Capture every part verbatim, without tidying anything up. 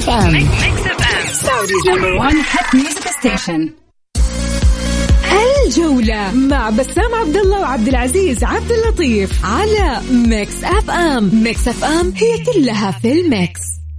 اف ام Saudi's number one hit music station. الجولة مع بسام عبد الله وعبد العزيز عبد اللطيف على ميكس اف ام. ميكس اف ام هي كلها في الميكس.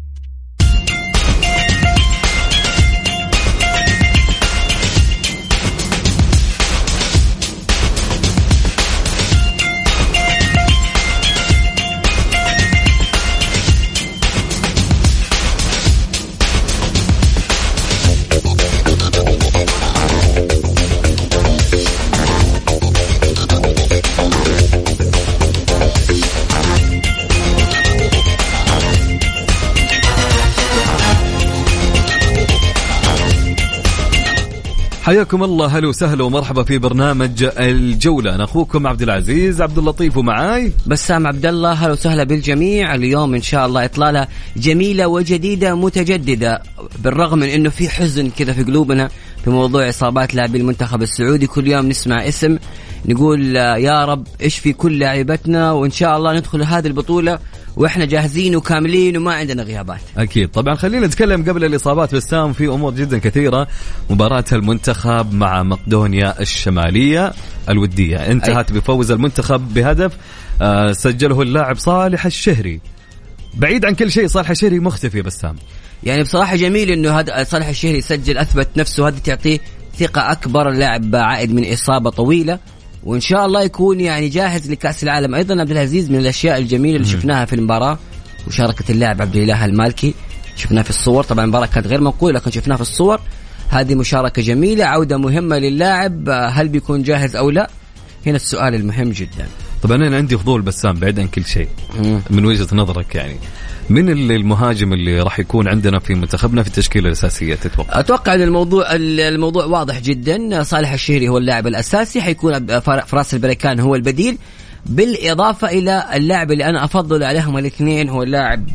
حياكم الله، هلا وسهلا ومرحبا في برنامج الجولة. أنا أخوكم عبد العزيز عبد اللطيف ومعاي بسام عبد الله. هلا وسهلا بالجميع. اليوم إن شاء الله إطلالة جميلة وجديدة متجددة، بالرغم من إنه في حزن كذا في قلوبنا في موضوع إصابات لاعبي المنتخب السعودي. كل يوم نسمع اسم نقول يا رب إيش في كل لاعبتنا، وإن شاء الله ندخل هذه البطولة وإحنا جاهزين وكاملين وما عندنا غيابات. أكيد طبعا. خلينا نتكلم قبل الإصابات بسام في أمور جدا كثيرة. مباراة المنتخب مع مقدونيا الشمالية الودية انتهت أي. بفوز المنتخب بهدف آه سجله اللاعب صالح الشهري. بعيد عن كل شيء صالح الشهري مختفي بسام. يعني بصراحة جميل إنه هذا صالح الشهري سجل، أثبت نفسه، هذا تعطيه ثقة أكبر. اللاعب عائد من إصابة طويلة وإن شاء الله يكون يعني جاهز لكأس العالم. أيضا عبد العزيز من الأشياء الجميلة اللي شفناها في المباراة مشاركة اللاعب عبد الإله المالكي، شفناه في الصور. طبعا المباراة كانت غير منقولة لكن شفناه في الصور. هذه مشاركة جميلة، عودة مهمة للاعب. هل بيكون جاهز أو لا؟ هنا السؤال المهم جدا. طبعا أنا عندي فضول بسام بعيد عن كل شيء من وجهة نظرك، يعني من المهاجم اللي راح يكون عندنا في منتخبنا في التشكيلة الأساسية تتوقع؟ أتوقع أن الموضوع الموضوع واضح جدا. صالح الشهري هو اللاعب الأساسي، حيكون فراس البركان هو البديل، بالإضافة إلى اللاعب اللي أنا أفضل عليهم الاثنين هو اللاعب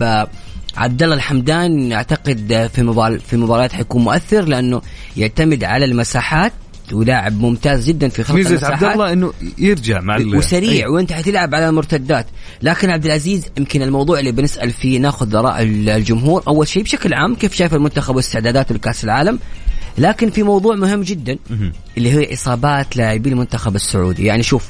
عبد الله الحمدان. أعتقد في مباراة في مباريات حيكون مؤثر لأنه يعتمد على المساحات ولاعب ممتاز جدا في خط المساحات. عبد الله انه يرجع مع وسريع أيه. وانت حتلعب على المرتدات. لكن عبد العزيز يمكن الموضوع اللي بنسأل فيه ناخذ آراء الجمهور. اول شيء بشكل عام كيف شايف المنتخب واستعداداته لكأس العالم، لكن في موضوع مهم جدا اللي هي اصابات لاعبي المنتخب السعودي. يعني شوف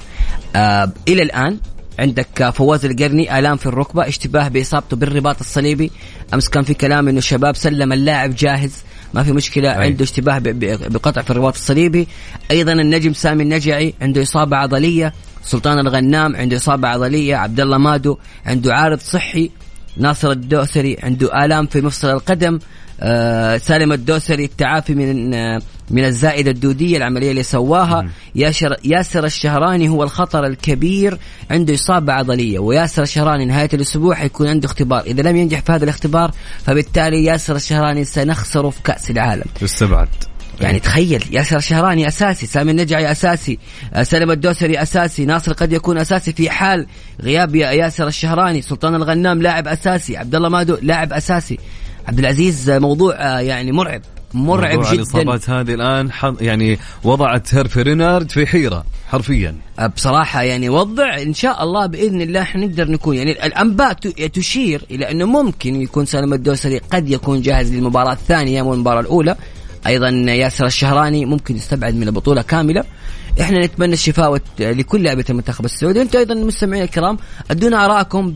آه الى الان عندك فواز القرني آلام في الركبة، اشتباه بإصابته بالرباط الصليبي. أمس كان في كلام إنه الشباب سلم اللاعب جاهز ما في مشكلة، أي. عنده اشتباه بقطع في الرباط الصليبي. أيضا النجم سامي النجعي عنده إصابة عضلية، سلطان الغنام عنده إصابة عضلية، عبد الله مادو عنده عارض صحي، ناصر الدوسري عنده آلام في مفصل القدم، آه سالم الدوسري التعافي من آه من الزائدة الدودية العملية اللي سواها. ياسر, ياسر الشهراني هو الخطر الكبير، عنده إصابة عضلية، وياسر الشهراني نهاية الأسبوع حيكون عنده اختبار. إذا لم ينجح في هذا الاختبار فبالتالي ياسر الشهراني سنخسره في كأس العالم. استبعد يعني تخيل ياسر الشهراني أساسي، سامي النجعي أساسي، سالم الدوسري أساسي، ناصر قد يكون أساسي في حال غياب ياسر الشهراني، سلطان الغنام لاعب أساسي، عبد الله مادو لاعب أساسي. عبد العزيز موضوع يعني مرعب مرعب جدا. الإصابات هذه الآن يعني وضعت هيرفي رينارد في حيرة حرفيا بصراحة. يعني وضع إن شاء الله بإذن الله حنقدر نكون، يعني الأنباء تشير إلى أنه ممكن يكون سالم الدوسري قد يكون جاهز للمباراة الثانية والمباراة الأولى. أيضا ياسر الشهراني ممكن يستبعد من البطولة كاملة. إحنا نتمنى الشفاء لكل لاعبي المنتخب السعودي. أنتم أيضا المستمعين الكرام أدونا آراءكم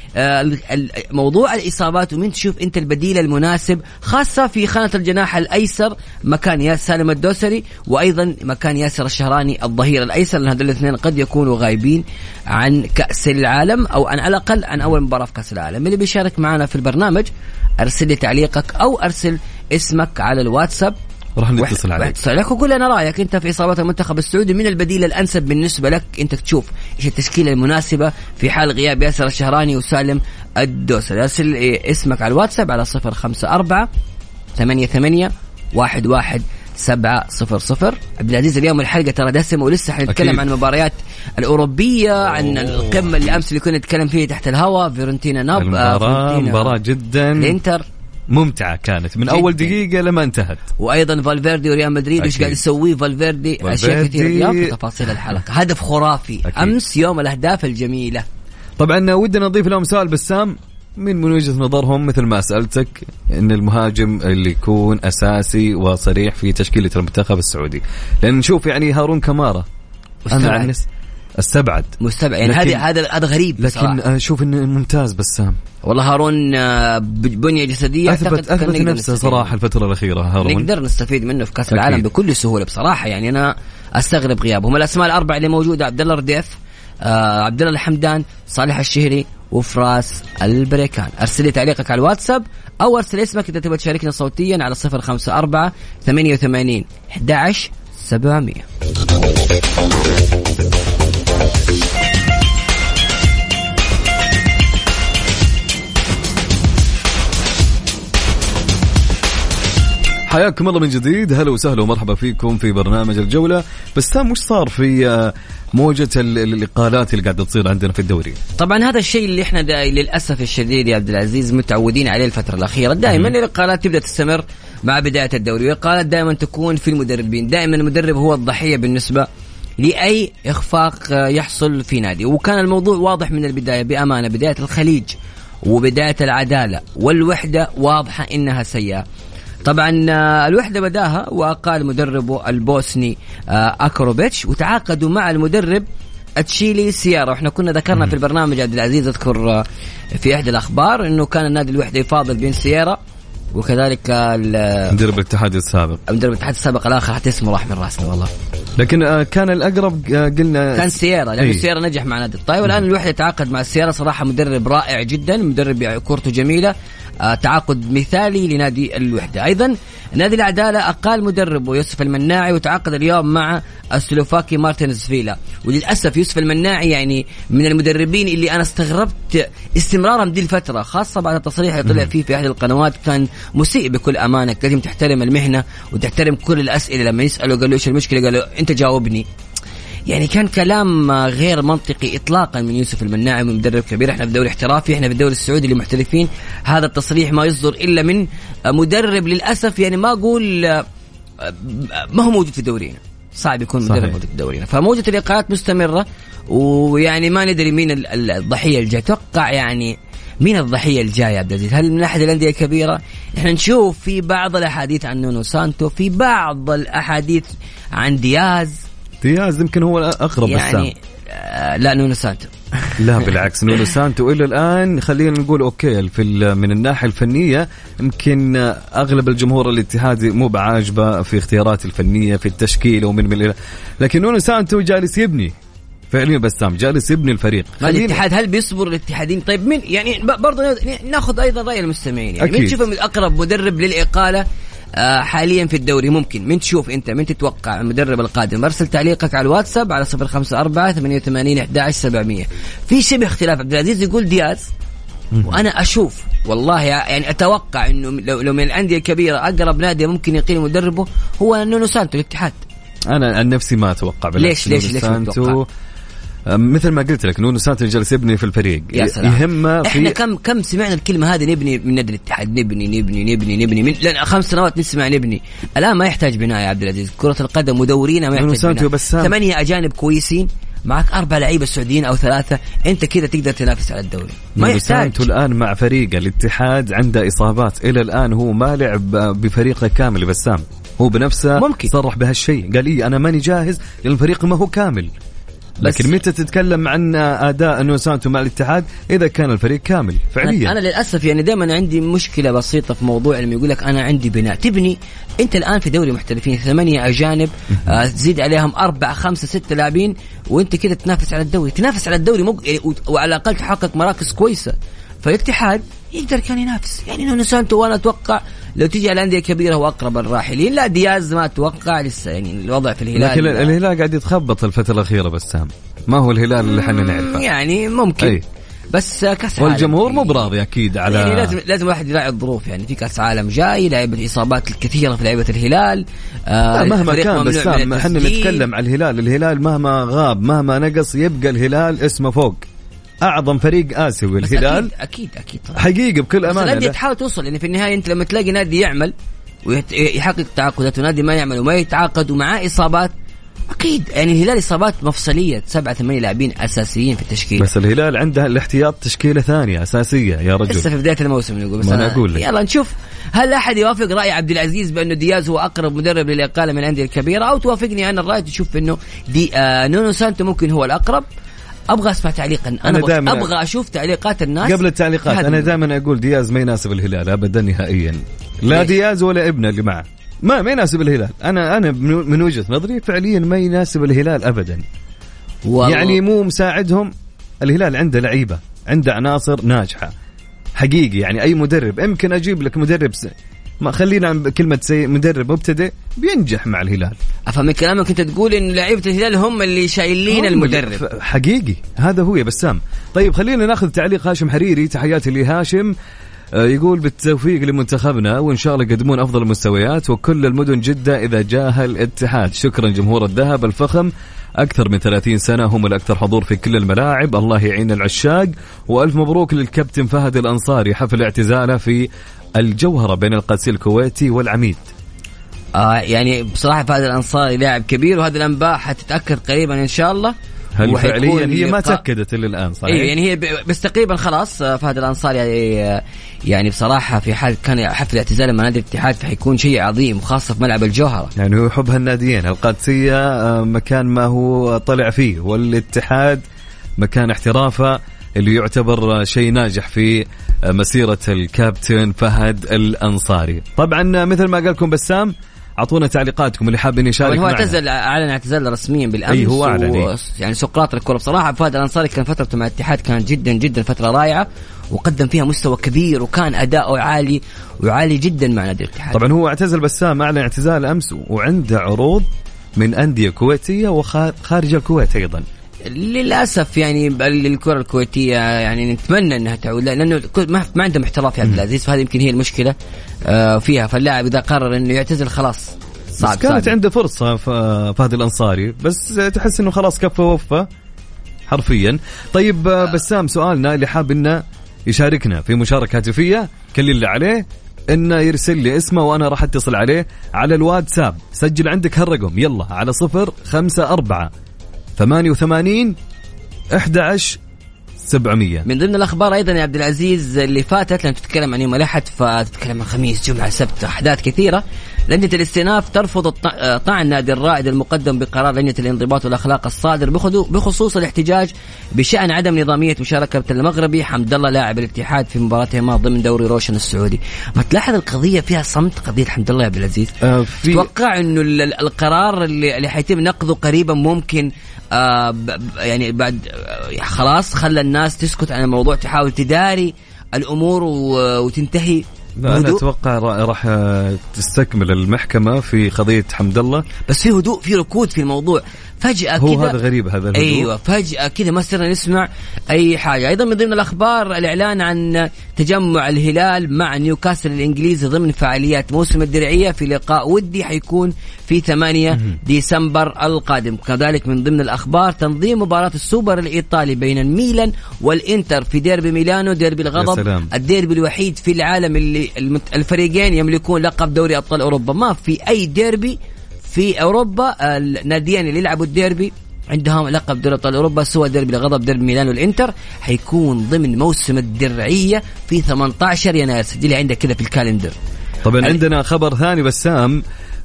بموضوع الإصابات ومين تشوف أنت البديل المناسب، خاصة في خانة الجناح الأيسر مكان ياسر سالم الدوسري، وأيضا مكان ياسر الشهراني الظهير الأيسر، لأن هذول الاثنين قد يكونوا غايبين عن كأس العالم أو عن على الأقل عن أول مباراة في كأس العالم. اللي بيشارك معنا في البرنامج أرسل لي تعليقك أو أرسل اسمك على الواتساب راح نتصل عليك عليك وقول لنا رأيك أنت في إصابة المنتخب السعودي. من البديل الأنسب بالنسبة لك أنت تشوف إيش التشكيلة المناسبة في حال غياب ياسر الشهراني وسالم الدوسري. أرسل اسمك على الواتساب على صفر خمسة أربعة ثمانية ثمانية واحد واحد سبعة صفر صفر. عبد العزيز اليوم الحلقة ترى دسمة ولسه حنتكلم عن المباريات الأوروبية، عن القمة اللي أمس اللي كنا نتكلم فيه تحت الهواء، فيورنتينا ناب المباراة مباراة جدا الانتر ممتعة كانت من أول دقيقة لما انتهت. وأيضا فالفيردي وريال مدريد وش قاعد يسويه فالفيردي، أشياء كثيرة اليوم في تفاصيل الحلقة. هدف خرافي أكيد. أمس يوم الأهداف الجميلة. طبعا ودنا نضيف لهم سؤال بسام، من من وجهة نظرهم مثل ما سألتك إن المهاجم اللي يكون أساسي وصريح في تشكيلة المنتخب السعودي، لأن نشوف يعني هارون كمارة أنا عن نفسي استبعد مستبعد يعني هذا هذا هذا غريب لكن بصراحة. أشوف إنه ممتاز بسام والله. هارون بنية جسدية أثبت, أثبت نفسه صراحة الفترة الأخيرة. هارون نقدر نستفيد منه في كأس العالم بكل سهولة بصراحة. يعني أنا أستغرب غيابهم. الأسماء الأربعة اللي موجودة عبد الله رديف، آه عبد الله الحمدان، صالح الشهري، وفراس البريكان. أرسل لي تعليقك على الواتساب أو أرسل اسمك إذا تبغى تشاركنا صوتيا على صفر خمسة أربعة ثمانية وثمانين أحد عشر سبعمية. حياكم الله من جديد. هلا وسهلا ومرحبا فيكم في برنامج الجولة. بسام وش صار في موجة الإقالات اللي قاعدة تصير عندنا في الدوري؟ طبعا هذا الشيء اللي احنا للأسف الشديد يا عبد العزيز متعودين عليه الفترة الأخيرة. دائما الإقالات تبدأ تستمر مع بداية الدوري، والإقالات دائما تكون في المدربين. دائما المدرب هو الضحية بالنسبة لأي إخفاق يحصل في نادي. وكان الموضوع واضح من البداية بأمانة. بداية الخليج وبداية العدالة والوحدة واضحة إنها سيئة. طبعا الوحدة بداها وقال مدربه البوسني أكروبيتش، وتعاقدوا مع المدرب أتشيلي سيارة. وإحنا كنا ذكرنا في البرنامج عبد العزيز أذكر في إحدى الأخبار إنه كان النادي الوحدة يفاضل بين سيارة وكذلك مدرب الاتحاد السابق مدرب الاتحاد السابق الآخر حتى اسمه راح من راسنا والله. لكن كان الأقرب قلنا كان سيارة لأن السيارة نجح مع نادي الطائف. والآن الوحدة تعاقد مع السيارة. صراحة مدرب رائع جدا، مدرب كورته جميلة، تعاقد مثالي لنادي الوحدة. أيضا نادي العدالة أقال مدربه يوسف المناعي وتعاقد اليوم مع السلوفاكي مارتينز فيلا. وللأسف يوسف المناعي يعني من المدربين اللي أنا استغربت استمرارهم دي الفترة، خاصة بعد التصريح اللي طلع فيه في أحد القنوات كان مسيء بكل أمانة. لازم تحترم المهنة وتحترم كل الأسئلة. لما يسألوا قالوا إيش المشكلة قالوا أنت جاوبني. يعني كان كلام غير منطقي إطلاقا من يوسف المناعي، من مدرب كبير. احنا في دوري احترافي، احنا في الدوري السعودي للمحترفين. هذا التصريح ما يصدر إلا من مدرب للأسف يعني ما أقول ما هو موجود في دورينا. صعب يكون مدرب موجود في دورينا. فموجة الإقالات مستمرة، ويعني ما ندري مين الضحية الجاية. توقع يعني مين الضحية الجاية عبد العزيز؟ هل من أحد الأندية الكبيرة؟ احنا نشوف في بعض الأحاديث عن نونو سانتو، في بعض الأحاديث عن دياز. دياز يمكن هو أقرب يعني آه لا نونو سانتو لا بالعكس نونو سانتو إلى الآن خلينا نقول أوكي في من الناحية الفنية يمكن أغلب الجمهور الاتحادي مو بعاجبه في اختيارات الفنية في التشكيل ومن من، لكن نونو سانتو جالس يبني فعليا. بسام جالس يبني الفريق. الاتحاد هل بيصبر الاتحادين؟ طيب من يعني برضه ناخذ أيضا رأي المستمعين. يعني من تشوف من أقرب مدرب للإقالة حاليا في الدوري؟ ممكن من تشوف انت من تتوقع المدرب القادم؟ ارسل تعليقك على الواتساب على صفر خمسة أربعة ثمانية وثمانين أحد عشر سبعمية. في شبه اختلاف. عبد العزيز يقول دياز، وانا اشوف والله يعني اتوقع انه لو, لو من الانديه الكبيره اقرب نادي ممكن يقيل مدربه هو نونو سانتو الاتحاد. انا عن نفسي ما اتوقع. ليش ليش ليش سانتو مثل ما قلت لك نونو سانتو جالس يبني في الفريق. يهمه في احنا كم كم سمعنا الكلمه هذه نبني من نادي الاتحاد، نبني نبني نبني نبني من لان خمس سنوات نسمع نبني. الان ما يحتاج بناء يا عبد العزيز. كره القدم ودورينا ما يحتاج بناء. ثمانيه اجانب كويسين معك أربع لعيبة سعوديين أو ثلاثة، أنت كذا تقدر تنافس على الدوري. ما يحتاج. الآن مع فريق الاتحاد عنده إصابات إلى الآن، هو ما لعب بفريقه كامل. بسام هو بنفسه ممكن صرح بهالشيء، قال إيه أنا ماني جاهز لأن الفريق ما هو كامل. لكن متى تتكلم عن أداء نونو سانتو مع الاتحاد إذا كان الفريق كامل فعليا؟ أنا للأسف يعني دائما عندي مشكلة بسيطة في موضوع لما يقول لك أنا عندي بناء. تبني أنت الآن في دوري محترفين ثمانية أجانب، آه تزيد عليهم أربعة خمسة ستة لاعبين، وأنت كده تنافس على الدوري. تنافس على الدوري مج... وعلى الأقل تحقق مراكز كويسة. فالاتحاد يقدر كان ينافس. يعني نونو سانتو وأنا أتوقع لو تيجي على الأندية الكبيرة هو أقرب الراحلين. لا دياز ما أتوقع لسه، يعني الوضع في الهلال لكن الهلال قاعد يتخبط الفترة الأخيرة. بس ما هو الهلال اللي حنا نعرفه يعني ممكن أي. بس كاس عالم والجمهور مو براضي أكيد على يعني لازم لازم واحد يراعي الظروف. يعني في كاس عالم جاي، لعيبة الإصابات الكثيرة في لعيبة الهلال. آه مهما كان بس احنا نتكلم على الهلال. الهلال مهما غاب مهما نقص يبقى الهلال اسمه فوق أعظم فريق آسيوي. الهلال أكيد أكيد, أكيد. حقيقة بكل أمانة الأندية تحاول توصل. يعني في النهاية أنت لما تلاقي نادي يعمل ويحقق تعاقدات ونادي ما يعمل وما يتعاقد ومعاه إصابات، اكيد يعني الهلال اصابات مفصليه، سبعة ثمانية لاعبين اساسيين في التشكيل. بس الهلال عنده الاحتياط تشكيله ثانيه اساسيه يا رجل، لسه في بدايه الموسم نقول. بس ما أنا أقول لك. يلا نشوف هل احد يوافق راي عبد العزيز بانه دياز هو اقرب مدرب للاقاله من الانديه الكبيره، او توافقني انا الراي تشوف انه دي آه نونو سانتو ممكن هو الاقرب. ابغى اسمع تعليقا، انا, أنا ابغى اشوف تعليقات الناس قبل التعليقات. انا دائما اقول دياز ما يناسب الهلال ابدا نهائيا، لا ليش؟ دياز ولا ابنه اللي معه ما ما يناسب الهلال. انا انا من وجهة نظري فعليا ما يناسب الهلال ابدا. يعني مو مساعدهم. الهلال عنده لعيبه، عنده عناصر ناجحه حقيقي. يعني اي مدرب يمكن اجيب لك مدرب س... ما خلينا كلمه سي مدرب مبتدئ بينجح مع الهلال. افهم من كلامك انت تقول ان لعيبه الهلال هم اللي شايلين المدرب حقيقي. هذا هو يا بسام. طيب خلينا ناخذ تعليق هاشم حريري. تحياتي لهاشم، يقول بالتوفيق لمنتخبنا وإن شاء الله يقدمون أفضل المستويات وكل المدن جدة إذا جاه الاتحاد. شكرا جمهور الذهب الفخم، أكثر من ثلاثين سنة هم الأكثر حضور في كل الملاعب. الله يعين العشاق، وألف مبروك للكابتن فهد الأنصاري حفل اعتزاله في الجوهرة بين القادسية الكويتي والعميد. آه يعني بصراحة فهد الأنصاري لاعب كبير، وهذه الأنباء حتتأكد قريبا إن شاء الله. هل فعليا هي ما تأكدت إلا الآن صحيح؟ إيه يعني هي بس تقريبا خلاص. فهد الأنصاري يعني, يعني بصراحة في حال كان حفل اعتزال مع نادي الاتحاد فحيكون شيء عظيم، وخاصة في ملعب الجوهرة. يعني هو يحب هالناديين، القادسية مكان ما هو طلع فيه، والاتحاد مكان احترافه اللي يعتبر شيء ناجح في مسيرة الكابتن فهد الأنصاري. طبعا مثل ما قالكم بسام، أعطونا تعليقاتكم اللي حابين يشارك. هو اعتزل، أعلن اعتزال رسميا بالأمس. أي هو أعلن و... يعني سقراط الكرة بصراحة. فهد الأنصاري كان فترته مع الاتحاد كانت جدا جدا فترة رائعة، وقدم فيها مستوى كبير، وكان أداؤه عالي وعالي جدا مع نادي الاتحاد. طبعا هو اعتزل بسام، أعلن اعتزال أمس، وعنده عروض من أندية كويتية وخارج الكويت أيضا. للأسف يعني الكرة الكويتية يعني نتمنى أنها تعود، لأنه ما عنده احتراف يا عبد العزيز، فهذه يمكن هي المشكلة فيها. فاللاعب إذا قرر أنه يعتزل خلاص صعب. بس كانت صعب. عنده فرصة فهد الأنصاري، بس تحس أنه خلاص كفى وفى حرفيا. طيب بسام، سؤالنا اللي حاب أنه يشاركنا في مشاركة هاتفية، كل اللي عليه إنه يرسل لي اسمه وأنا راح أتصل عليه على الواتساب. سجل عندك هالرقم يلا على صفر خمسة أربعة ثمانية وثمانين أحد عشر سبعمية. من ضمن الأخبار أيضا يا عبد العزيز اللي فاتت، لأن تتكلم عن يوم الأحد فتتكلم عن خميس جمعة سبت، أحداث كثيرة. لجنة الاستئناف ترفض طعن نادي الرائد المقدم بقرار لجنة الانضباط والأخلاق الصادر بخصوص الاحتجاج بشأن عدم نظامية مشاركة المغربي حمد الله لاعب الاتحاد في مباراتهما ضمن دوري روشن السعودي. ما تلاحظ القضية فيها صمت، قضية حمد الله يا عبد العزيز. أه تتوقع إنه القرار اللي, اللي حيتم نقضه قريبا ممكن آه يعني بعد آه خلاص خلى الناس تسكت عن الموضوع، تحاول تداري الأمور وتنتهي؟ أنا أتوقع راح تستكمل المحكمة في قضية حمد الله، بس في هدوء، في ركود في الموضوع فجأة هو كده. هذا غريب هذا الهدوء. أيوة فجأة كده ما صرنا نسمع أي حاجة. أيضا من ضمن الأخبار الإعلان عن تجمع الهلال مع نيوكاسل الإنجليزي ضمن فعاليات موسم الدرعية في لقاء ودي حيكون في ثمانية ديسمبر القادم. كذلك من ضمن الأخبار تنظيم مباراة السوبر الإيطالي بين الميلان والإنتر في ديربي ميلانو، ديربي الغضب، الديربي الوحيد في العالم اللي الفريقين يملكون لقب دوري أبطال أوروبا. ما في أي ديربي في أوروبا الناديين اللي يلعبوا الديربي عندهم لقب دوري أبطال أوروبا سوى ديربي الغضب ديربي ميلان والإنتر. حيكون ضمن موسم الدرعية في ثمانية عشر يناير، سجلي عندك كده في الكالندر. طبعا عندنا خبر ثاني بسام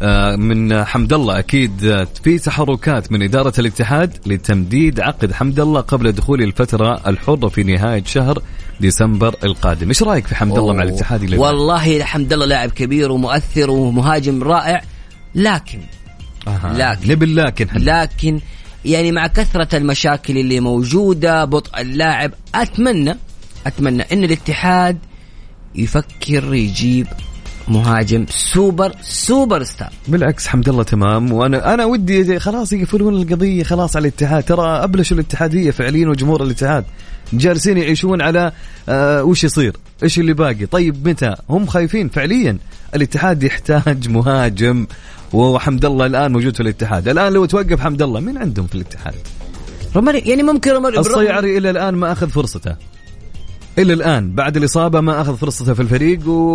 من حمد الله. أكيد في تحركات من إدارة الاتحاد لتمديد عقد حمد الله قبل دخول الفترة الحرة في نهاية شهر ديسمبر القادم. إيش رأيك في حمد الله مع الاتحاد اللي والله حمد الله لاعب كبير ومؤثر ومهاجم رائع، لكن أه. لكن لبل لكن لكن يعني مع كثرة المشاكل اللي موجودة، بطء اللاعب، أتمنى أتمنى إن الاتحاد يفكر يجيب مهاجم سوبر سوبر ستار. بالعكس حمد الله تمام، وانا انا ودي خلاص يقفلون القضيه خلاص على الاتحاد. ترى ابلش الاتحاديه فعليا وجمهور الاتحاد جالسين يعيشون على آه وش يصير، ايش اللي باقي. طيب متى؟ هم خايفين فعليا. الاتحاد يحتاج مهاجم، وحمد الله الان موجود في الاتحاد. الان لو توقف حمد الله مين عندهم في الاتحاد؟ رمري يعني ممكن رمري الصيعري الى الان ما اخذ فرصته، الى الان بعد الاصابه ما اخذ فرصته في الفريق و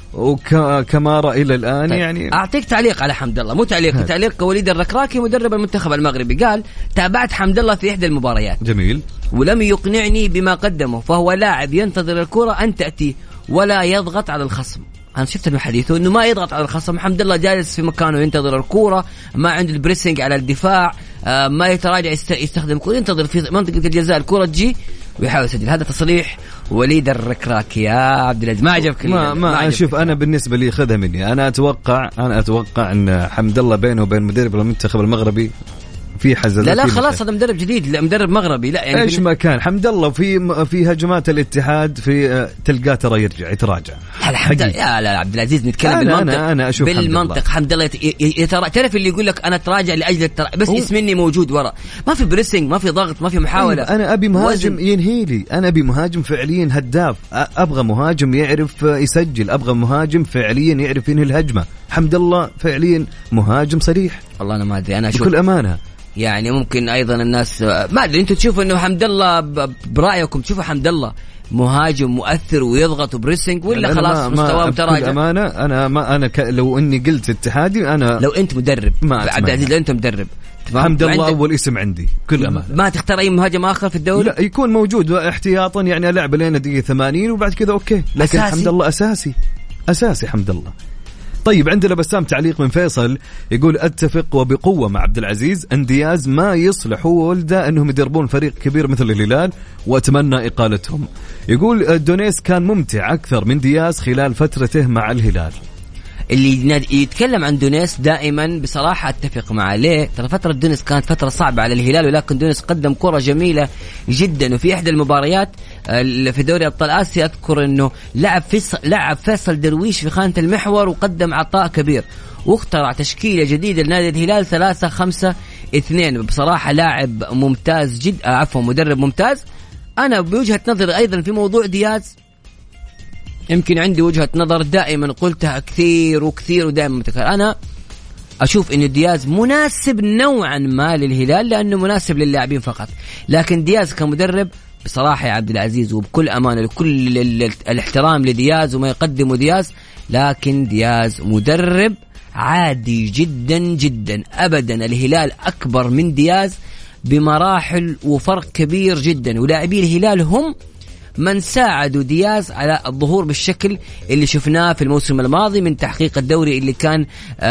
وكمارا الى الان. طيب. يعني اعطيك تعليق على حمد الله، مو تعليق هاد. تعليق وليد الركراكي مدرب المنتخب المغربي، قال تابعت حمد الله في احدى المباريات جميل ولم يقنعني بما قدمه، فهو لاعب ينتظر الكرة ان تاتي ولا يضغط على الخصم. أنا شفت من حديثه إنه ما يضغط على الخصم. حمد الله جالس في مكانه ينتظر الكرة، ما عنده البريسنج على الدفاع، ما يتراجع يستخدم الكرة، ينتظر في منطقة الجزاء الكرة تجي ويحاول يسجل. هذا تصريح وليد الركراكي يا عبد العزيز. ما عجبك؟ ما ما اشوف انا بالنسبه لي خذها مني. انا اتوقع انا اتوقع ان حمد الله بينه وبين مدرب المنتخب المغربي في حزازات. لا لا خلاص هذا مدرب جديد، لا مدرب مغربي. لا يعني ايش ما كان حمد الله في في هجمات الاتحاد في تلقاه ترى يرجع يتراجع. الحمد لله يا لا عبد العزيز نتكلم أنا بالمنطق. أنا أنا أشوف بالمنطق حمد الله يتراجع. تعرف اللي يقول لك انا تراجع لاجل التراجع بس اسمني موجود ورا، ما في بريسنج، ما في ضغط، ما في محاوله. انا ابي مهاجم ينهي لي، انا ابي مهاجم فعليا هداف، ابغى مهاجم يعرف يسجل، ابغى مهاجم فعليا يعرف ينهي الهجمه. حمد الله فعليا مهاجم صريح. والله انا ما ادري، انا اشوف بكل امانه يعني ممكن ايضا الناس ما ادري انتم تشوفوا انه حمد الله برايكم تشوفوا حمد الله مهاجم مؤثر ويضغط بريسنج ولا خلاص مستواه تراجع؟ بكل امانه انا ما انا ك... لو اني قلت اتحادي انا لو انت مدرب عبد العزيز، لو انت مدرب حمد الله اول اسم عندي كل امانه. ما تختار اي مهاجم اخر في الدوري؟ لا يكون موجود احتياطا، يعني العب لين دقيقه ثمانين وبعد كذا اوكي، لكن أساسي. حمد الله اساسي اساسي حمد الله. طيب عندنا بسام تعليق من فيصل يقول اتفق وبقوة مع عبد العزيز ان دياز ما يصلح هو وولده انهم يدربون فريق كبير مثل الهلال واتمنى اقالتهم. يقول دونيس كان ممتع اكثر من دياز خلال فترته مع الهلال. اللي يتكلم عن دونيس دائما بصراحة اتفق معه. ليه؟ ترى فترة دونيس كانت فترة صعبة على الهلال، ولكن دونيس قدم كرة جميلة جدا. وفي احدى المباريات في دوري ابطال اسيا اذكر انه لعب فيصل لعب فيصل درويش في خانة المحور وقدم عطاء كبير، واخترع تشكيلة جديدة لنادي الهلال ثلاثة خمسة اثنين. بصراحة لاعب ممتاز جدا، عفوا مدرب ممتاز. انا بوجهة نظري ايضا في موضوع دياز يمكن عندي وجهة نظر دائما قلتها كثير وكثير ودائما متكرر. أنا أشوف إن دياز مناسب نوعا ما للهلال لأنه مناسب للاعبين فقط، لكن دياز كمدرب بصراحة يا عبد العزيز وبكل أمانة لكل الاحترام لدياز وما يقدمه دياز، لكن دياز مدرب عادي جدا جدا. أبدا الهلال أكبر من دياز بمراحل وفرق كبير جدا، ولاعبي الهلال هم من ساعدوا دياز على الظهور بالشكل اللي شفناه في الموسم الماضي من تحقيق الدوري اللي كان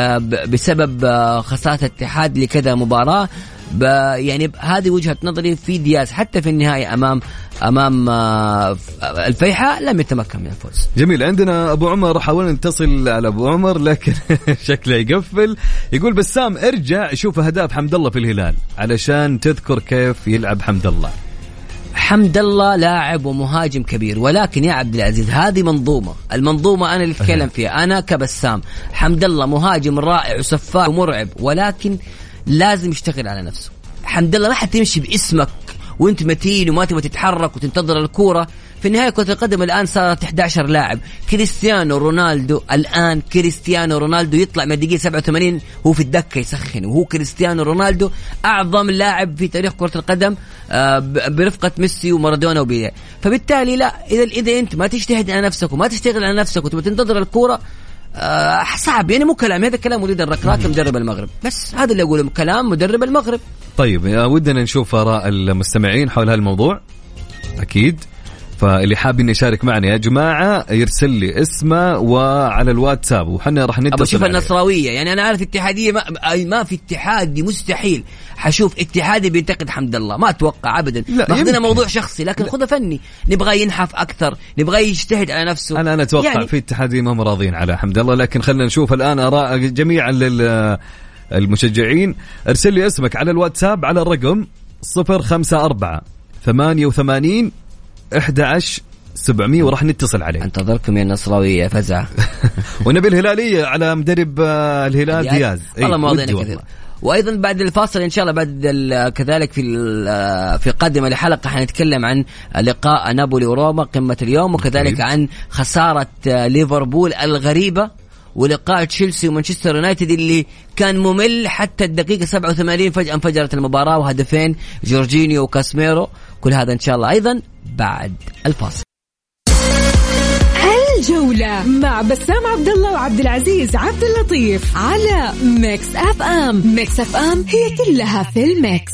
بسبب خسارة الاتحاد لكذا مباراة. يعني هذه وجهة نظري في دياز. حتى في النهاية أمام أمام الفيحاء لم يتمكن من الفوز. جميل. عندنا أبو عمر، حاولنا نتصل على أبو عمر لكن شكله يقفل. يقول بسام ارجع شوف أهداف حمد الله في الهلال علشان تذكر كيف يلعب حمد الله. حمد الله لاعب ومهاجم كبير، ولكن يا عبد العزيز هذه منظومة. المنظومة أنا اللي أتكلم فيها أنا كبسام. حمد الله مهاجم رائع وسفاح ومرعب، ولكن لازم يشتغل على نفسه. حمد الله ما حتمشي باسمك وانت متين وما تبغى تتحرك وتنتظر الكورة. في النهاية كرة القدم الآن صارت أحد عشر لاعب. كريستيانو رونالدو الآن كريستيانو رونالدو يطلع من الدقيقة سبعة وثمانين هو في الدكة يسخن، وهو كريستيانو رونالدو أعظم لاعب في تاريخ كرة القدم برفقة ميسي ومارادونا وبيليه. فبالتالي لا، إذا إذا أنت ما تجتهد على نفسك وما تشتغل على نفسك وتبغى تنتظر الكورة أه صعب. يعني مو كلام، هذا كلام وليد الركراكي مدرب المغرب، بس هذا اللي أقوله كلام مدرب المغرب. طيب ودنا نشوف آراء المستمعين حول هالموضوع أكيد. فاللي حابين يشارك معنا يا جماعة يرسل لي اسمه وعلى الواتساب وحنا راح نتصل. أشوف النصراوية، يعني أنا عارف اتحادية ما, ما في اتحادي مستحيل حشوف اتحادي بينتقد حمد الله، ما أتوقع أبدا. ماخذنا موضوع شخصي، لكن خذها فني، نبغى ينحف أكثر، نبغى يجتهد على نفسه. أنا أنا أتوقع يعني في اتحادي ما هم راضين على حمد الله، لكن خلنا نشوف الآن آراء جميعا للمشجعين. ارسل لي اسمك على الواتساب على الرقم صفر خمسة أربعة ثمانية وثمانين أحد عشر سبعمية وراح نتصل عليه. انتظركم يا النصراوية فزعة. ونبي الهلالية على مدرب الهلال دياز. والله مواضيعنا كثير. وأيضا بعد الفاصل إن شاء الله بعد كذلك في في قادمة لحلقة حنتكلم عن لقاء نابولي وروما قمة اليوم، وكذلك عن خسارة ليفربول الغريبة، ولقاء تشيلسي ومانشستر يونايتد اللي كان ممل حتى الدقيقة سبعة وثمانين فجأة انفجرت المباراة وهدفين جورجينيو وكاسميرو. كل هذا إن شاء الله أيضا بعد الفاصل. الجولة مع بسام عبد الله وعبد العزيز عبد اللطيف على ميكس اف ام. ميكس اف ام هي كلها في الميكس.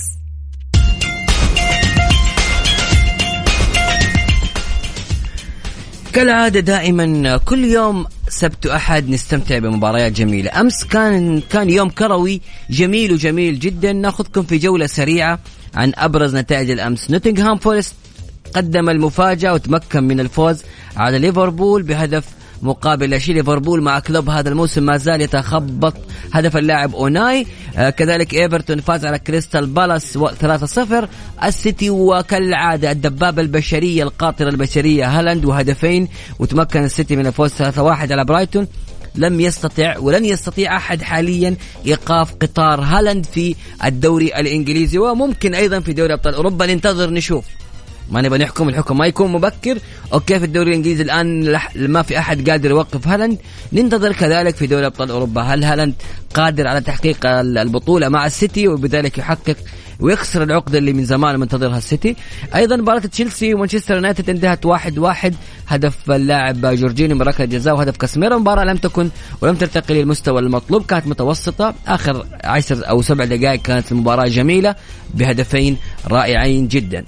كالعادة دائما كل يوم سبت وأحد نستمتع بمباريات جميلة. أمس كان كان يوم كروي جميل وجميل جدا. ناخذكم في جولة سريعة عن أبرز نتائج الأمس. نوتنغهام فورست قدم المفاجأة وتمكن من الفوز على ليفربول بهدف مقابل لا شيء. ليفربول مع كلوب هذا الموسم ما زال يتخبط هدف اللاعب أوناي. آه كذلك إيفرتون فاز على كريستال بالاس ثلاثة صفر. السيتي وكالعادة الدبابة البشرية القاطرة البشرية هالاند وهدفين وتمكن السيتي من الفوز ثلاثة واحد على برايتون. لم يستطيع ولن يستطيع أحد حاليا إيقاف قطار هالاند في الدوري الإنجليزي وممكن أيضا في دوري أبطال أوروبا. ننتظر نشوف، ما نبغى نحكم، الحكم ما يكون مبكر. اوكي في الدوري الانجليزي الان ما في احد قادر يوقف هالاند. ننتظر كذلك في دوري ابطال اوروبا هل هالاند قادر على تحقيق البطوله مع السيتي وبذلك يحقق ويكسر العقده اللي من زمان منتظرها السيتي. ايضا مباراه تشيلسي ومانشستر يونايتد انتهت واحد واحد. هدف اللاعب جورجينيو من ركله جزاء وهدف كاسميرو. مباراه لم تكن ولم ترتقي للمستوى المطلوب، كانت متوسطه. اخر عشر او سبع دقائق كانت المباراه جميله بهدفين رائعين جدا.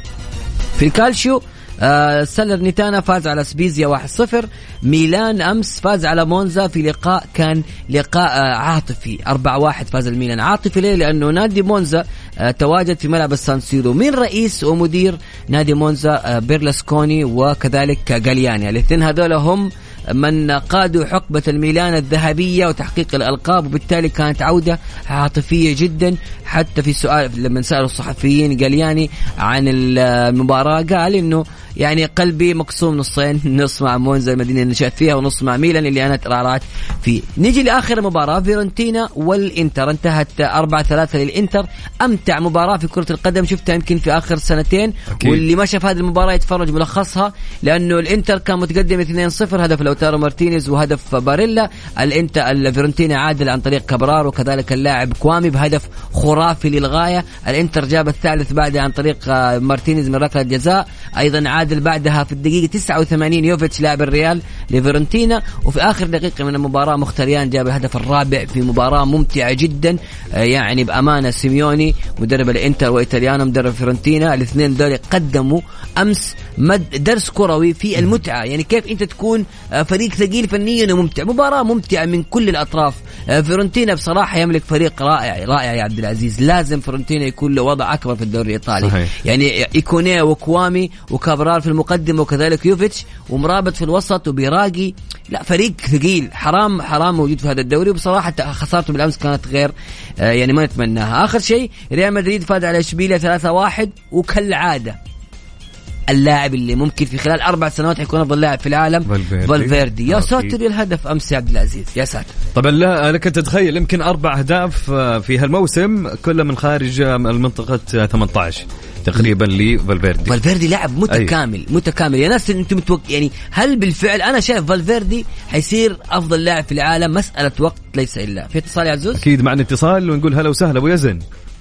في الكالشيو آه سالرنيتانا فاز على سبيزيا واحد صفر. ميلان أمس فاز على مونزا في لقاء كان لقاء آه عاطفي أربعة واحد. فاز الميلان. عاطفي ليه؟ لأنه نادي مونزا آه تواجد في ملعب السانسيرو. من رئيس ومدير نادي مونزا آه بيرلسكوني وكذلك غالياني. الاثنين هذول هم من قادوا حقبة الميلان الذهبية وتحقيق الألقاب، وبالتالي كانت عودة عاطفية جدا. حتى في سؤال لما سألوا الصحفيين غالياني عن المباراة قال إنه يعني قلبي مقسوم نصين، نص مع مونزا المدينة اللي نشأت فيها ونص مع ميلان اللي أنا ترعرعت فيه. نيجي لآخر مباراة فيورنتينا والإنتر، انتهت أربعة ثلاثة للإنتر. أمتع مباراة في كرة القدم شفتها يمكن في آخر سنتين. أكيد. واللي ما شاف هذه المباراة يتفرج ملخصها، لأنه الإنتر كان متقدم اثنين صفر، هدف لوتارو مارتينيز وهدف باريلا. الإنتر الفيورنتينا عادل عن طريق كابرار وكذلك اللاعب كوامي بهدف خرافي للغاية. الإنتر جاب الثالث بعدها عن طريق مارتينيز من ركلة جزاء. أيضا عادل بعدها في الدقيقة تسعة وثمانين يوفيتش لاعب الريال لفيورنتينا. وفي آخر دقيقة من المباراة مختريان جاب الهدف الرابع في مباراة ممتعة جدا. يعني بأمانة سيميوني مدرب الإنتر وإيطاليانو مدرب فيورنتينا، الاثنين دول قدموا أمس مد درس كروي في المتعة. يعني كيف أنت تكون فريق ثقيل فنيا وممتع. مباراة ممتعة من كل الأطراف. فيورنتينا بصراحة يملك فريق رائع رائع يا عبد العزيز. لازم فيورنتينا يكون له وضع أكبر في الدوري الإيطالي. صحيح. يعني إيكونيه وكوامي وكابرار في المقدمة وكذلك يوفيتش ومرابط في الوسط وبيراقي. لا فريق ثقيل، حرام حرام موجود في هذا الدوري. وبصراحة خسارته بالأمس كانت غير يعني ما نتمناها. آخر شيء ريال مدريد فاز على إشبيلية ثلاثة واحد. وكالعادة اللاعب اللي ممكن في خلال أربع سنوات يكون أفضل لاعب في العالم فالفيردي. يا ساتر يا الهدف أمس يا عبد العزيز، يا ساتر. طبعا لا لك تتخيل يمكن أربع أهداف في هالموسم كله من خارج المنطقة ثمانية عشر تقريبا لفالفيردي. فالفيردي لاعب متكامل. أي. متكامل يا ناس. انتم متوق... يعني هل بالفعل انا شايف فالفيردي حيصير افضل لاعب في العالم؟ مسألة وقت ليس الا. في اتصال يا عزوز؟ اكيد معنا اتصال ونقول هلا وسهلا ابو يزن.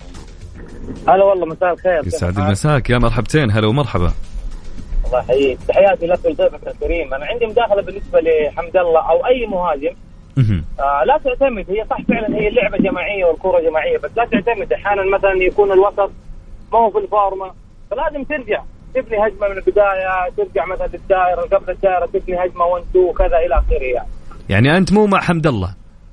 هلا والله مساء الخير. يسعد مساك يا مرحبتين. هلا ومرحبا. الله يحييك. تحياتي لك ولضيفك الكريم. انا عندي مداخله بالنسبه لحمد الله او اي مهاجم. آه لا تعتمد، هي صح فعلا هي اللعبه جماعيه والكره جماعيه، بس لا تعتمد. احيانا مثلا يكون الوسط ما هو في الفورمه، فلازم ترجع تبني هجمه من البدايه، ترجع مثلا للدائره قبل الدائره تبني هجمه واحد اثنين وكذا الى اخره. يعني يعني انت مو مع حمد الله؟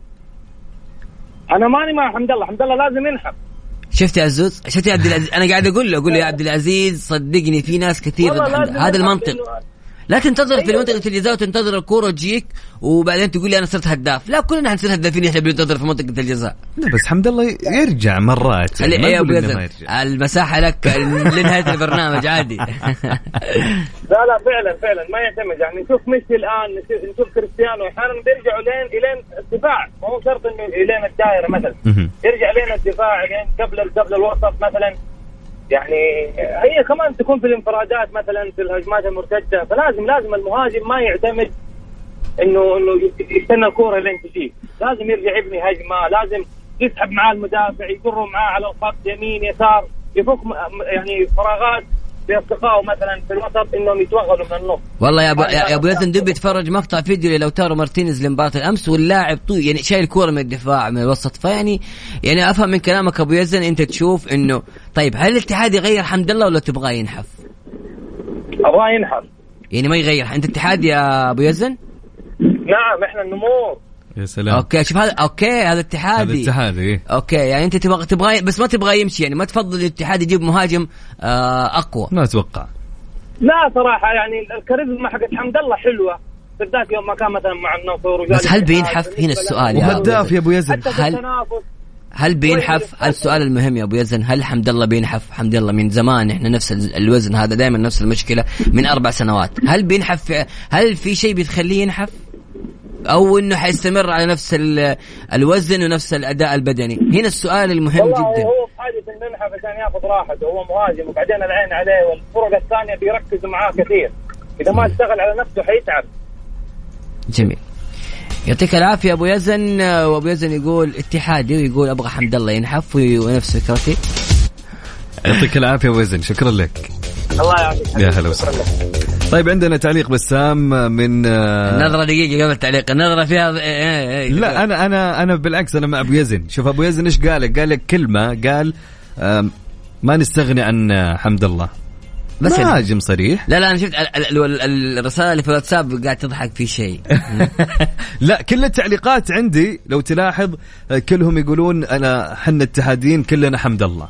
انا ماني مع حمد الله. حمد الله لازم ينحب. شفت يا عزوز؟ شفت يا عبد العزيز؟ انا قاعد اقول له اقول له يا عبد العزيز صدقني في ناس كثير هذا المنطق. لا تنتظر أيوة. في منطقة الجزاء وتنتظر الكرة تجيك وبعدين تقول لي أنا صرت هداف. لا كلنا حنصير هدافين إحنا بننتظر في منطقة الجزاء. لا بس حمد الله يرجع مرات. يعني إيه المساحة لك لنهاية البرنامج عادي. لا لا فعلا فعلا ما يعتمد. يعني نشوف ميسي الآن، نشوف كريستيانو أحيانا بيرجعوا لين إلين الدفاع، ما هو شرط إنه إلين الدائرة مثلا. يرجع لين الدفاع لين قبل قبل الوسط مثلا. يعني هي كمان تكون في الانفرادات مثلا في الهجمات المرتدة. فلازم لازم المهاجم ما يعتمد انه انه يستنى الكرة لين تجي. لازم يرجع يبني هجمة، لازم يسحب معاه المدافع، يجره معاه على الخط يمين يسار، يفك يعني فراغات باصدقائه مثلا في الوسط انهم يتوغلوا من النص. والله يا ابو يا ابو يزن دوب يتفرج مقطع فيديو لوتارو مارتينيز لمباراة الامس واللاعب طو يعني شايل كوره من الدفاع من الوسط. فيعني يعني افهم من كلامك ابو يزن انت تشوف انه طيب هل الاتحاد يغير حمد الله ولا تبغاه ينحف؟ ابغاه ينحف يعني ما يغير. انت اتحاد يا ابو يزن؟ نعم احنا النمور. يا سلام. اوكي شوف هذا اوكي هذا اتحادي. هذا اتحادي. اوكي يعني انت تبغى تبغى بس ما تبغى يمشي يعني ما تفضل الاتحاد يجيب مهاجم آه اقوى؟ ما اتوقع. لا صراحه يعني الكاريزما حقت حمد الله حلوه بالذات يوم ما كان مثلا مع النصر. بس هل بينحف هنا السؤال يا وهداف يا ابو يزن؟ هل هل بينحف؟ هل السؤال المهم يا ابو يزن هل حمد الله بينحف؟ حمد الله من زمان احنا نفس الوزن هذا دائما نفس المشكله من اربع سنوات. هل بينحف؟ هل في شيء بيخليه ينحف او انه حيستمر على نفس الوزن ونفس الاداء البدني؟ هنا السؤال المهم والله جدا. هو في حاجه انه ينحف عشان ياخذ راحته. هو مهاجم وبعدين العين عليه والفرق الثانيه بيركزوا معاه كثير. اذا ما اشتغل على نفسه حيتعب. جميل يعطيك العافيه ابو يزن. وابو يزن يقول اتحادي ويقول ابغى حمد الله ينحف ونفس فكرتي. يعطيك العافيه ابو يزن شكرا لك. الله يعافيك يا هلا وسهلا. طيب عندنا تعليق بسام من النظرة دقيقة قبل التعليق النظرة فيها لا أنا أنا أنا بالعكس أنا مع أبو يزن. شوف أبو يزن إيش قال؟ قال لك كلمة قال ما نستغني عن حمد الله بس مهاجم صريح. لا لا أنا شفت الرسالة اللي في الواتساب قاعد تضحك في شيء. لا كل التعليقات عندي لو تلاحظ كلهم يقولون أنا حنا اتحادين كلنا حمد الله.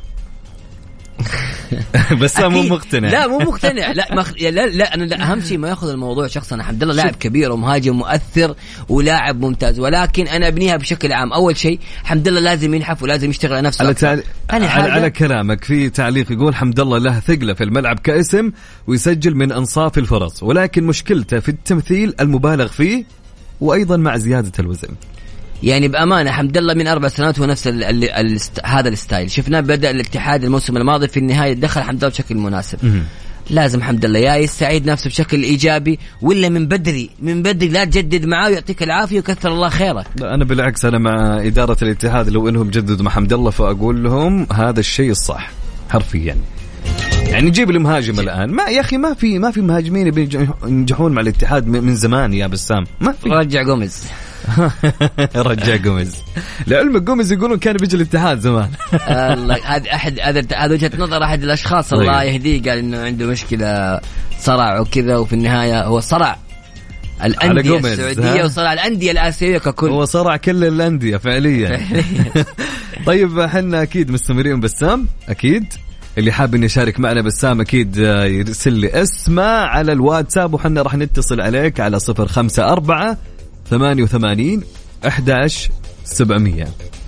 بس مو مقتنع. لا مو مقتنع. لا مخ... لا لا انا لا اهم شيء ما ياخذ الموضوع شخصا. حمد الله لاعب كبير ومهاجم مؤثر ولاعب ممتاز ولكن انا ابنيها بشكل عام. اول شيء حمد الله لازم ينحف ولازم يشتغل على نفسه. على, تعل... على, على كلامك في تعليق يقول حمد الله له ثقله في الملعب كاسم ويسجل من انصاف الفرص ولكن مشكلته في التمثيل المبالغ فيه وايضا مع زياده الوزن. يعني بأمانة حمد الله من أربع سنوات هو نفس ال ال ال هذا الستايل. شفناه بدأ الاتحاد الموسم الماضي في النهاية دخل حمد الله بشكل مناسب. لازم حمد الله يا يستعيد نفسه بشكل إيجابي ولا من بدري من بدري لا تجدد معاه ويعطيك العافية وكثر الله خيره. أنا بالعكس أنا مع إدارة الاتحاد لو إنهم جددوا مع حمد الله فأقول لهم هذا الشيء الصح حرفيا. يعني نجيب المهاجم الآن ما يا أخي ما في ما في مهاجمين بينجحون مع الاتحاد من زمان يا بسام. ما في. رجع جوميز. رجع جوميز. لعلمك جوميز يقولون كان بيجي الاتحاد زمان. الله هذا أحد هذا وجهة نظر أحد الأشخاص الله يهديه قال إنه عنده مشكلة صرع وكذا وفي النهاية هو صرع الأندية السعودية وصرع الأندية الآسيوية ككل. هو صرع كل الأندية فعليا. طيب احنا أكيد مستمرين بسام أكيد. اللي حاب إنه يشارك معنا بسام أكيد يرسل لي اسمه على الواتساب وحنا راح نتصل عليك على صفر خمسة أربعة ثمانية وثمانين أحد عشر سبعمية.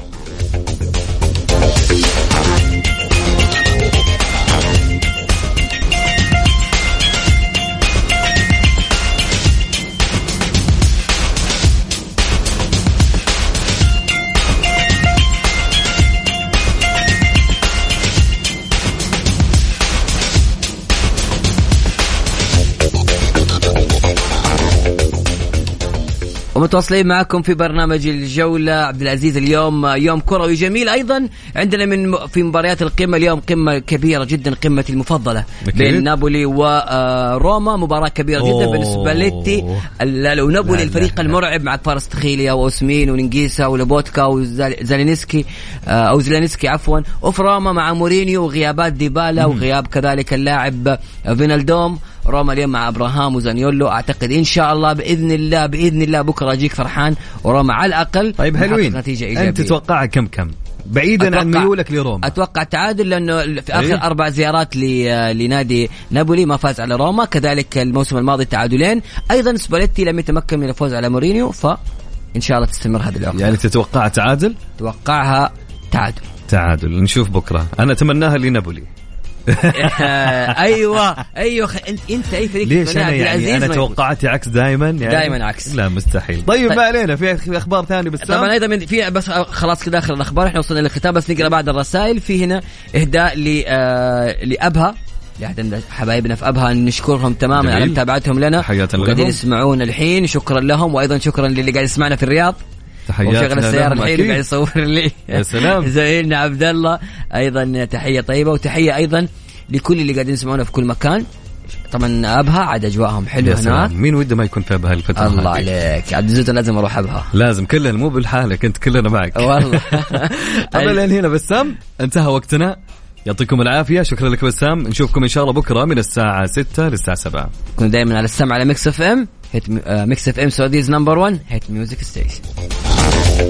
ومتواصلين معكم في برنامج الجولة. عبد العزيز اليوم يوم كروي جميل أيضا عندنا من في مباريات القمة اليوم قمة كبيرة جدا قمة المفضلة بين نابولي وروما مباراة كبيرة جدا بين سباليتي ونابولي الفريق المرعب مع كفارستخيليا وأوسمين وننجيسا ولوبوتكا وزالينسكي أو زلينسكي عفوا وفي روما مع مورينيو وغيابات ديبالا وغياب كذلك اللاعب فينالدوم. روما اليوم مع أبراهام وزانيولو. أعتقد إن شاء الله بإذن الله بإذن الله بكرة أجيك فرحان وروما على الأقل. طيب حلوين. أنت تتوقعها كم كم بعيدا عن ميولك لروما؟ أتوقع تعادل لأنه في آخر أيه؟ أربع زيارات لنادي نابولي ما فاز على روما كذلك الموسم الماضي تعادلين. أيضا سباليتي لم يتمكن من الفوز على مورينيو فإن شاء الله تستمر هذه العقبة. يعني تتوقع تعادل؟ توقعها تعادل. تعادل نشوف بكرة. أنا أتمناها لنابولي. ايوه ايوه انت انت اي فريق ليش انا يعني انا توقعاتي عكس دائما يعني دائما عكس. لا مستحيل. طيب ما علينا في اخبار ثانيه بس طبعا ايضا من في بس خلاص كذا اخر الاخبار احنا وصلنا للختام بس نقرا بعد الرسائل. في هنا اهداء ل آه لابها لأحد حبايبنا في أبها نشكرهم تماما على متابعتهم لنا وقاعدين يسمعون الحين شكرا لهم وأيضا شكرا للي قاعد يسمعنا في الرياض وشغل السيارة الحين قاعد يصور لي يا سلام زميلنا عبد الله أيضا تحية طيبة وتحية أيضا لكل اللي قاعدين يسمعونا في كل مكان. طبعا ابها عاد اجواءهم حلوه هناك. مين وده ما يكون في ابها الفتره؟ الله عليك عبد العزيز، لازم اروح ابها. لازم كلنا، مو بالحالة، كنت كلنا معك والله. طبعا لين هنا بسام انتهى وقتنا، يعطيكم العافيه. شكرا لك بسام، نشوفكم ان شاء الله بكره من الساعه ستة للساعه سبعة. كنت دائما على السمع على ميكس اف ام. ميكس اف ام سعوديز نمبر واحد هيت ميوزك ستيشن.